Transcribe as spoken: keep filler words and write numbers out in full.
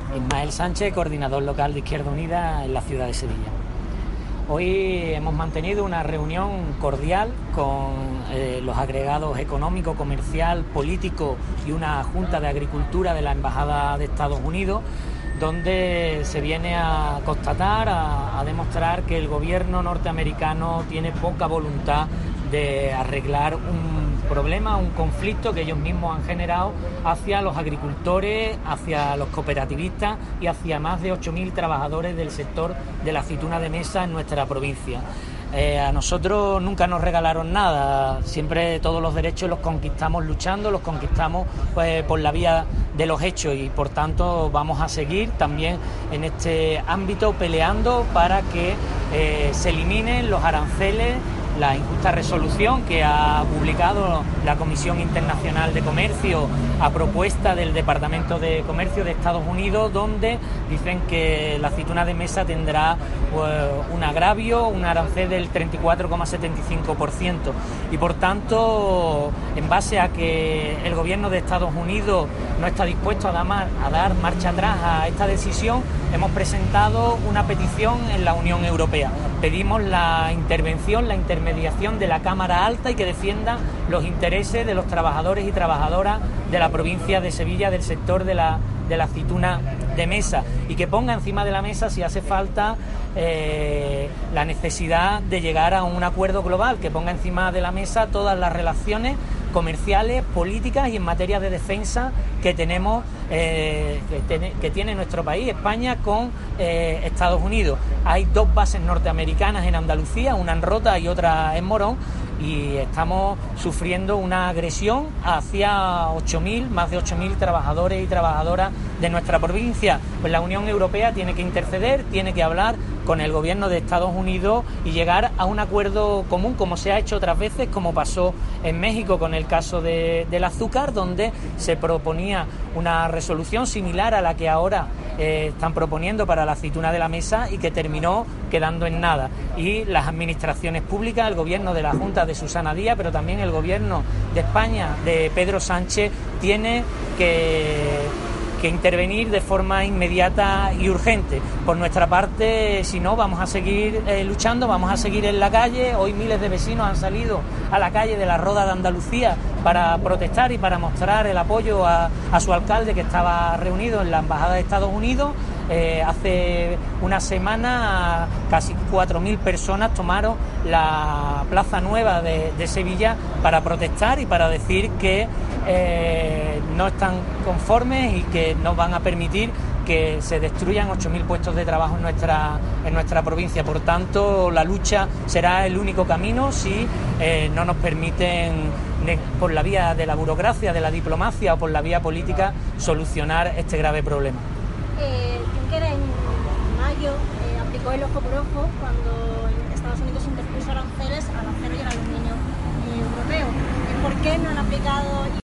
Ismael Sánchez, coordinador local de Izquierda Unida en la ciudad de Sevilla. Hoy hemos mantenido una reunión cordial con eh, los agregados económico, comercial, político y una Junta de Agricultura de la Embajada de Estados Unidos, donde se viene a constatar, a, a demostrar que el gobierno norteamericano tiene poca voluntad de arreglar un problema, un conflicto que ellos mismos han generado hacia los agricultores, hacia los cooperativistas y hacia más de ocho mil trabajadores del sector de la aceituna de mesa en nuestra provincia. Eh, a nosotros nunca nos regalaron nada, siempre todos los derechos los conquistamos luchando, los conquistamos pues, por la vía de los hechos, y por tanto vamos a seguir también en este ámbito peleando para que eh, se eliminen los aranceles, la injusta resolución que ha publicado la Comisión Internacional de Comercio a propuesta del Departamento de Comercio de Estados Unidos, donde dicen que la aceituna de mesa tendrá pues, un agravio, un arancel del treinta y cuatro coma setenta y cinco por ciento, y por tanto, en base a que el gobierno de Estados Unidos no está dispuesto a dar, a dar marcha atrás a esta decisión, hemos presentado una petición en la Unión Europea. Pedimos la intervención, la intermediación de la Cámara Alta y que defienda los intereses de los trabajadores y trabajadoras de la provincia de Sevilla del sector de la, de la aceituna de mesa, y que ponga encima de la mesa, si hace falta, eh, la necesidad de llegar a un acuerdo global, que ponga encima de la mesa todas las relaciones comerciales, políticas y en materia de defensa que tenemos, eh, que, tiene, que tiene nuestro país, España, con eh, Estados Unidos. Hay dos bases norteamericanas en Andalucía, una en Rota y otra en Morón, y estamos sufriendo una agresión hacia ocho mil, más de ocho mil trabajadores y trabajadoras de nuestra provincia. Pues la Unión Europea tiene que interceder, tiene que hablar con el gobierno de Estados Unidos y llegar a un acuerdo común, como se ha hecho otras veces, como pasó en México con el caso de, del azúcar, donde se proponía una resolución similar a la que ahora eh, están proponiendo para la aceituna de la mesa y que terminó quedando en nada. Y las administraciones públicas, el gobierno de la Junta de Susana Díaz, pero también el gobierno de España de Pedro Sánchez, tiene que que intervenir de forma inmediata y urgente. Por nuestra parte, si no, vamos a seguir eh, luchando, vamos a seguir en la calle. Hoy miles de vecinos han salido a la calle de la Roda de Andalucía para protestar y para mostrar el apoyo a, a su alcalde, que estaba reunido en la Embajada de Estados Unidos. Eh, hace una semana casi cuatro mil personas tomaron la Plaza Nueva de, de Sevilla para protestar y para decir que eh, no están conformes y que no van a permitir que se destruyan ocho mil puestos de trabajo en nuestra, en nuestra provincia. Por tanto, la lucha será el único camino si eh, no nos permiten, por la vía de la burocracia, de la diplomacia o por la vía política, solucionar este grave problema. Eh, Juncker en mayo eh, aplicó el ojo por ojo cuando Estados Unidos interpuso aranceles al acero y al aluminio eh, europeo. ¿Por qué no han aplicado